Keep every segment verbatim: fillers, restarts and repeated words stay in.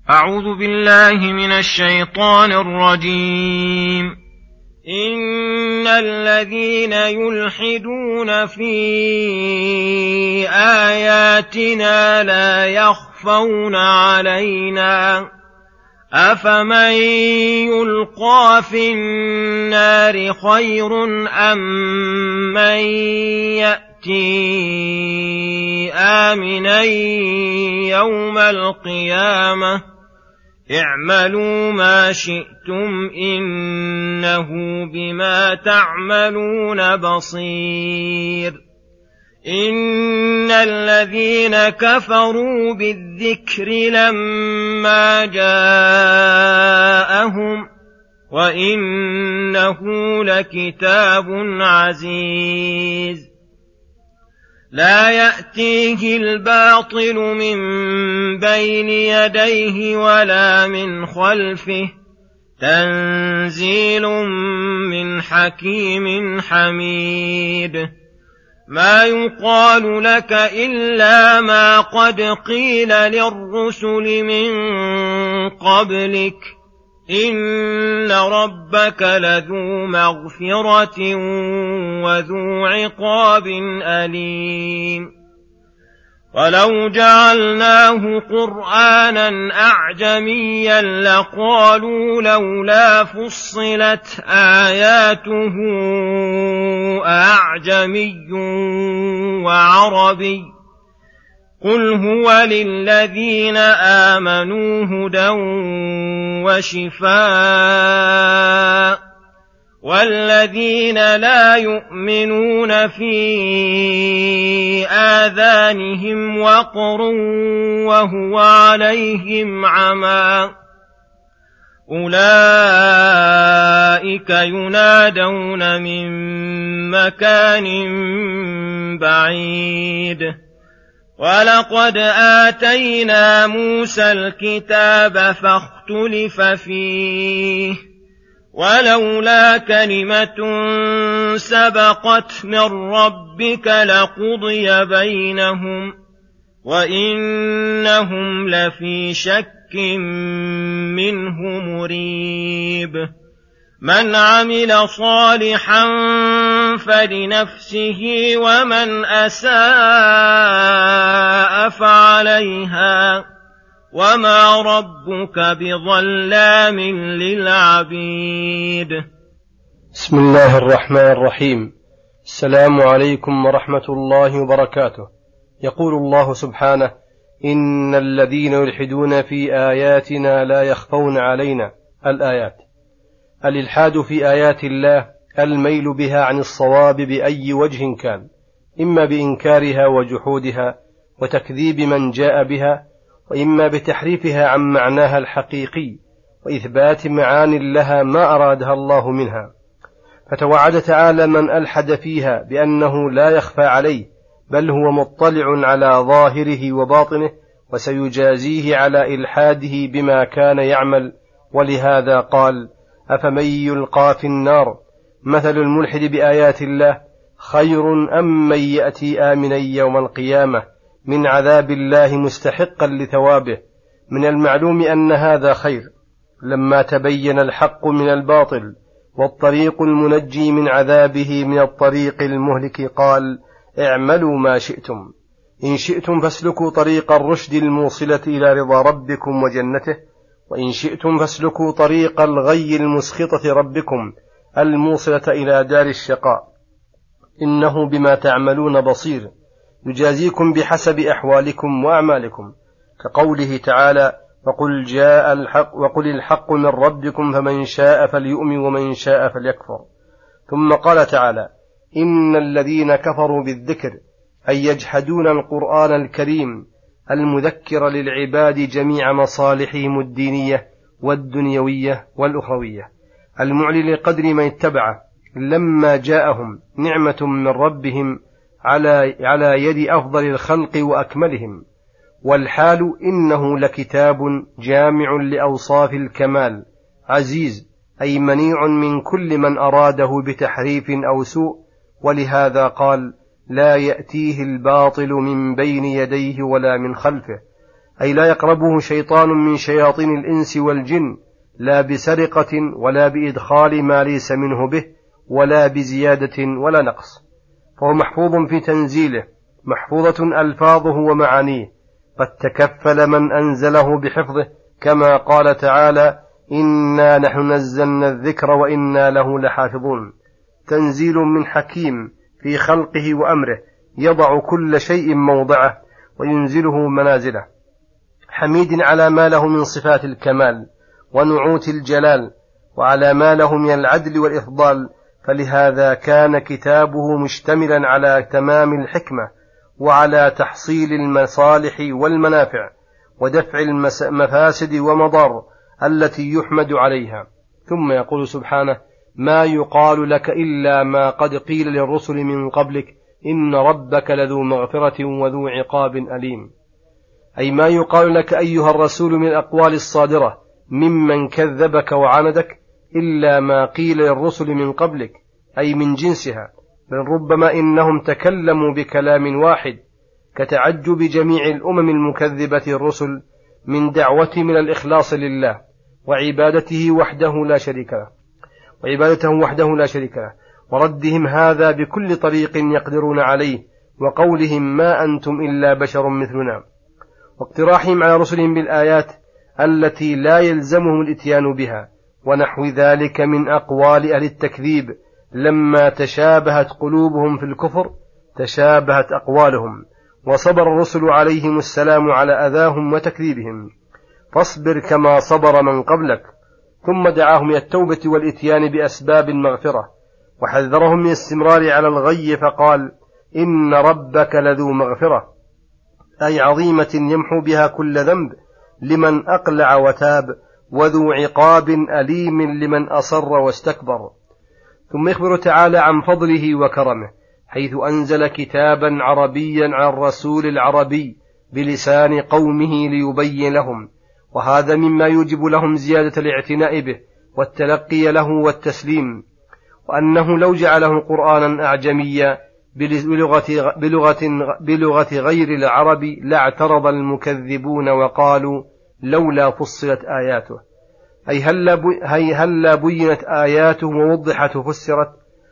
أعوذ بالله من الشيطان الرجيم. إن الذين يلحدون في آياتنا لا يخفون علينا أفمن يلقى في النار خير أم من يأتي آمنا يوم القيامة اعملوا ما شئتم إنه بما تعملون بصير. إن الذين كفروا بالذكر لما جاءهم وإنه لكتاب عزيز لا يأتيه الباطل من بين يديه ولا من خلفه تنزيل من حكيم حميد. ما يقال لك إلا ما قد قيل للرسل من قبلك إن ربك لذو مغفرة وذو عقاب أليم. ولو جعلناه قرآنا أعجميا لقالوا لولا فصلت آياته أعجمي وعربي قل هو للذين آمنوا هدى وشفاء والذين لا يؤمنون في آذانهم وقر وهو عليهم عمى أولئك ينادون من مكان بعيد. ولقد آتينا موسى الكتاب فاختلف فيه ولولا كلمة سبقت من ربك لقضي بينهم وإنهم لفي شك منه مريب. من عمل صالحا فلنفسه ومن أساء فعليها وما ربك بظلام للعبيد. بسم الله الرحمن الرحيم. السلام عليكم ورحمة الله وبركاته. يقول الله سبحانه: إن الذين يلحدون في آياتنا لا يخفون علينا. الآيات. الإلحاد في آيات الله الميل بها عن الصواب بأي وجه كان، إما بإنكارها وجحودها وتكذيب من جاء بها، وإما بتحريفها عن معناها الحقيقي وإثبات معان لها ما أرادها الله منها. فتوعد تعالى من ألحد فيها بأنه لا يخفى عليه، بل هو مطلع على ظاهره وباطنه، وسيجازيه على إلحاده بما كان يعمل. ولهذا قال: أفمن يلقى في النار مثل الملحد بآيات الله خير أم من يأتي آمنا يوم القيامة من عذاب الله مستحقا لثوابه. من المعلوم أن هذا خير لما تبين الحق من الباطل والطريق المنجي من عذابه من الطريق المهلك قال: اعملوا ما شئتم. إن شئتم فاسلكوا طريق الرشد الموصلة إلى رضا ربكم وجنته، وإن شئتم فاسلكوا طريق الغي المسخطة ربكم الموصلة إلى دار الشقاء، إنه بما تعملون بصير، يجازيكم بحسب أحوالكم وأعمالكم. كقوله تعالى: وقل جاء الحق وقل الحق من ربكم فمن شاء فليؤمن ومن شاء فليكفر. ثم قال تعالى: إن الذين كفروا بالذكر أي يجحدون القرآن الكريم المذكر للعباد جميع مصالحهم الدينية والدنيوية والأخروية، المعلي لقدر من اتبعه لما جاءهم نعمة من ربهم على, على يد أفضل الخلق وأكملهم. والحال إنه لكتاب جامع لأوصاف الكمال عزيز، أي منيع من كل من أراده بتحريف أو سوء. ولهذا قال: لا يأتيه الباطل من بين يديه ولا من خلفه، أي لا يقربه شيطان من شياطين الإنس والجن، لا بسرقة ولا بإدخال ما ليس منه به ولا بزيادة ولا نقص، فهو محفوظ في تنزيله، محفوظة ألفاظه ومعانيه، قد تكفل من أنزله بحفظه، كما قال تعالى: إنا نحن نزلنا الذكر وإنا له لحافظون. تنزيل من حكيم في خلقه وأمره، يضع كل شيء موضعه وينزله منازله، حميد على ما له من صفات الكمال ونعوت الجلال، وعلى ما له من العدل والإفضال، فلهذا كان كتابه مشتملا على تمام الحكمة وعلى تحصيل المصالح والمنافع ودفع المفاسد ومضار التي يحمد عليها. ثم يقول سبحانه: ما يقال لك إلا ما قد قيل للرسل من قبلك إن ربك لذو مغفرة وذو عقاب أليم. أي ما يقال لك أيها الرسول من الأقوال الصادرة ممن كذبك وعاندك إلا ما قيل للرسل من قبلك، أي من جنسها، بل ربما إنهم تكلموا بكلام واحد، كتعجب جميع الأمم المكذبة الرسل من دعوة من الإخلاص لله وعبادته وحده لا شريك له وعبادته وحده لا شريك له وردهم هذا بكل طريق يقدرون عليه، وقولهم ما أنتم إلا بشر مثلنا، واقتراحهم على رسلهم بالآيات التي لا يلزمهم الاتيان بها، ونحو ذلك من أقوال أهل التكذيب. لما تشابهت قلوبهم في الكفر تشابهت أقوالهم، وصبر الرسل عليهم السلام على أذاهم وتكذيبهم، فاصبر كما صبر من قبلك. ثم دعاهم إلى التوبة والإتيان بأسباب المغفرة، وحذرهم من الاستمرار على الغي، فقال: إن ربك لذو مغفرة، أي عظيمة يمحو بها كل ذنب لمن أقلع وتاب، وذو عقاب أليم لمن أصر واستكبر. ثم يخبر تعالى عن فضله وكرمه، حيث أنزل كتابا عربيا عن الرسول العربي بلسان قومه ليبين لهم، وهذا مما يوجب لهم زيادة الاعتناء به والتلقي له والتسليم، وأنه لو جعله قرآنا أعجميا بلغة, بلغة, بلغة غير العرب لاعترض المكذبون وقالوا لولا فصلت آياته، أي هلا بينت آياته ووضحت وفسرت.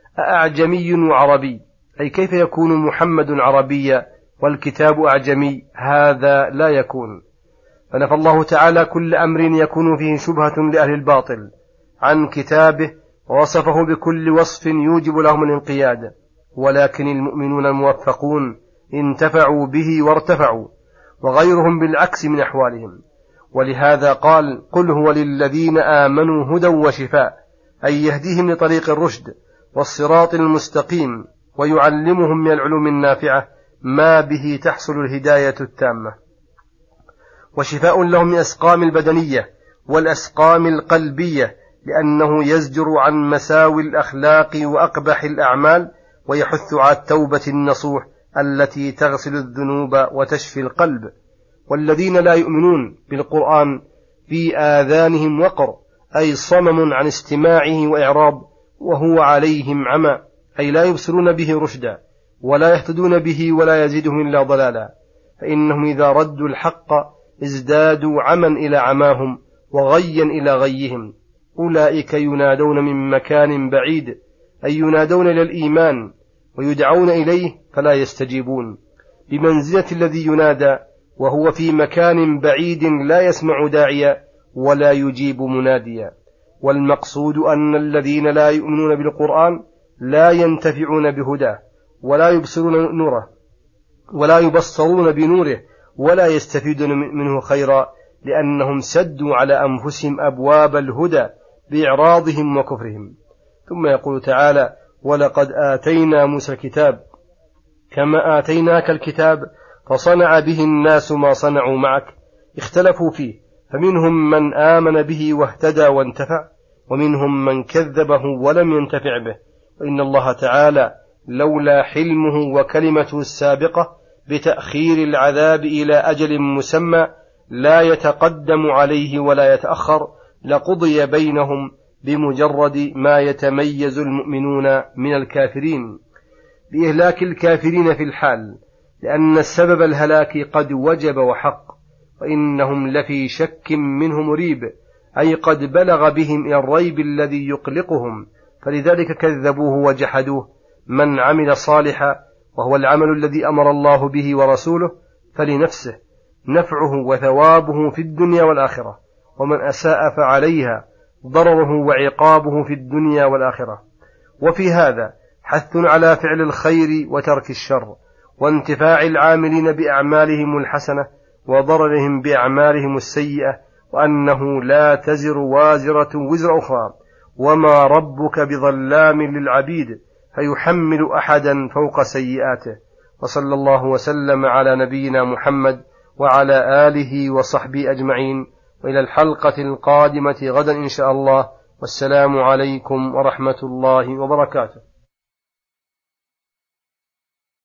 أعجمي وعربي، أي كيف يكون محمد عربيا والكتاب أعجمي؟ هذا لا يكون. فنفى الله تعالى كل أمر يكون فيه شبهة لأهل الباطل عن كتابه، ووصفه بكل وصف يوجب لهم الانقياد، ولكن المؤمنون الموفقون انتفعوا به وارتفعوا، وغيرهم بالعكس من أحوالهم. ولهذا قال: قل هو للذين آمنوا هدى وشفاء، أي يهديهم لطريق الرشد والصراط المستقيم، ويعلمهم من العلوم النافعة ما به تحصل الهداية التامة، وشفاء لهم من الأسقام البدنية والأسقام القلبية، لأنه يزجر عن مساوي الأخلاق وأقبح الأعمال، ويحث على التوبة النصوح التي تغسل الذنوب وتشفي القلب. والذين لا يؤمنون بالقرآن في آذانهم وقر، أي صمم عن استماعه وإعراض، وهو عليهم عمى، أي لا يبصرون به رشدا ولا يهتدون به ولا يزيدهم إلا ضلالا، فإنهم إذا ردوا الحق ازدادوا عما إلى عماهم وغيا إلى غيهم. أولئك ينادون من مكان بعيد، أي ينادون إلى الإيمان ويدعون إليه فلا يستجيبون، بمنزلة الذي ينادى وهو في مكان بعيد لا يسمع داعيا ولا يجيب مناديا. والمقصود أن الذين لا يؤمنون بالقرآن لا ينتفعون بهداه ولا يبصرون نوره ولا يبصرون بنوره ولا يستفيدون منه خيرا، لأنهم سدوا على أنفسهم أبواب الهدى بإعراضهم وكفرهم. ثم يقول تعالى: ولقد آتينا موسى الكتاب كما آتيناك الكتاب فصنع به الناس ما صنعوا معك، اختلفوا فيه، فمنهم من آمن به واهتدى وانتفع، ومنهم من كذبه ولم ينتفع به. وإن الله تعالى لولا حلمه وكلمته السابقة بتأخير العذاب إلى أجل مسمى لا يتقدم عليه ولا يتأخر، لقضي بينهم بمجرد ما يتميز المؤمنون من الكافرين بإهلاك الكافرين في الحال، لأن السبب الهلاك قد وجب وحق، وإنهم لفي شك منه مريب، أي قد بلغ بهم إلى الريب الذي يقلقهم، فلذلك كذبوه وجحدوه. من عمل صالحا وهو العمل الذي أمر الله به ورسوله فلنفسه، نفعه وثوابه في الدنيا والآخرة، ومن أساء فعليها، ضرره وعقابه في الدنيا والآخرة. وفي هذا حث على فعل الخير وترك الشر، وانتفاع العاملين بأعمالهم الحسنة وضررهم بأعمالهم السيئة، وأنه لا تزر وازرة وزر أخرى، وما ربك بظلام للعبيد فيحمل أحدا فوق سيئاته. وصلى الله وسلم على نبينا محمد وعلى آله وصحبه أجمعين، وإلى الحلقة القادمة غدا إن شاء الله، والسلام عليكم ورحمة الله وبركاته.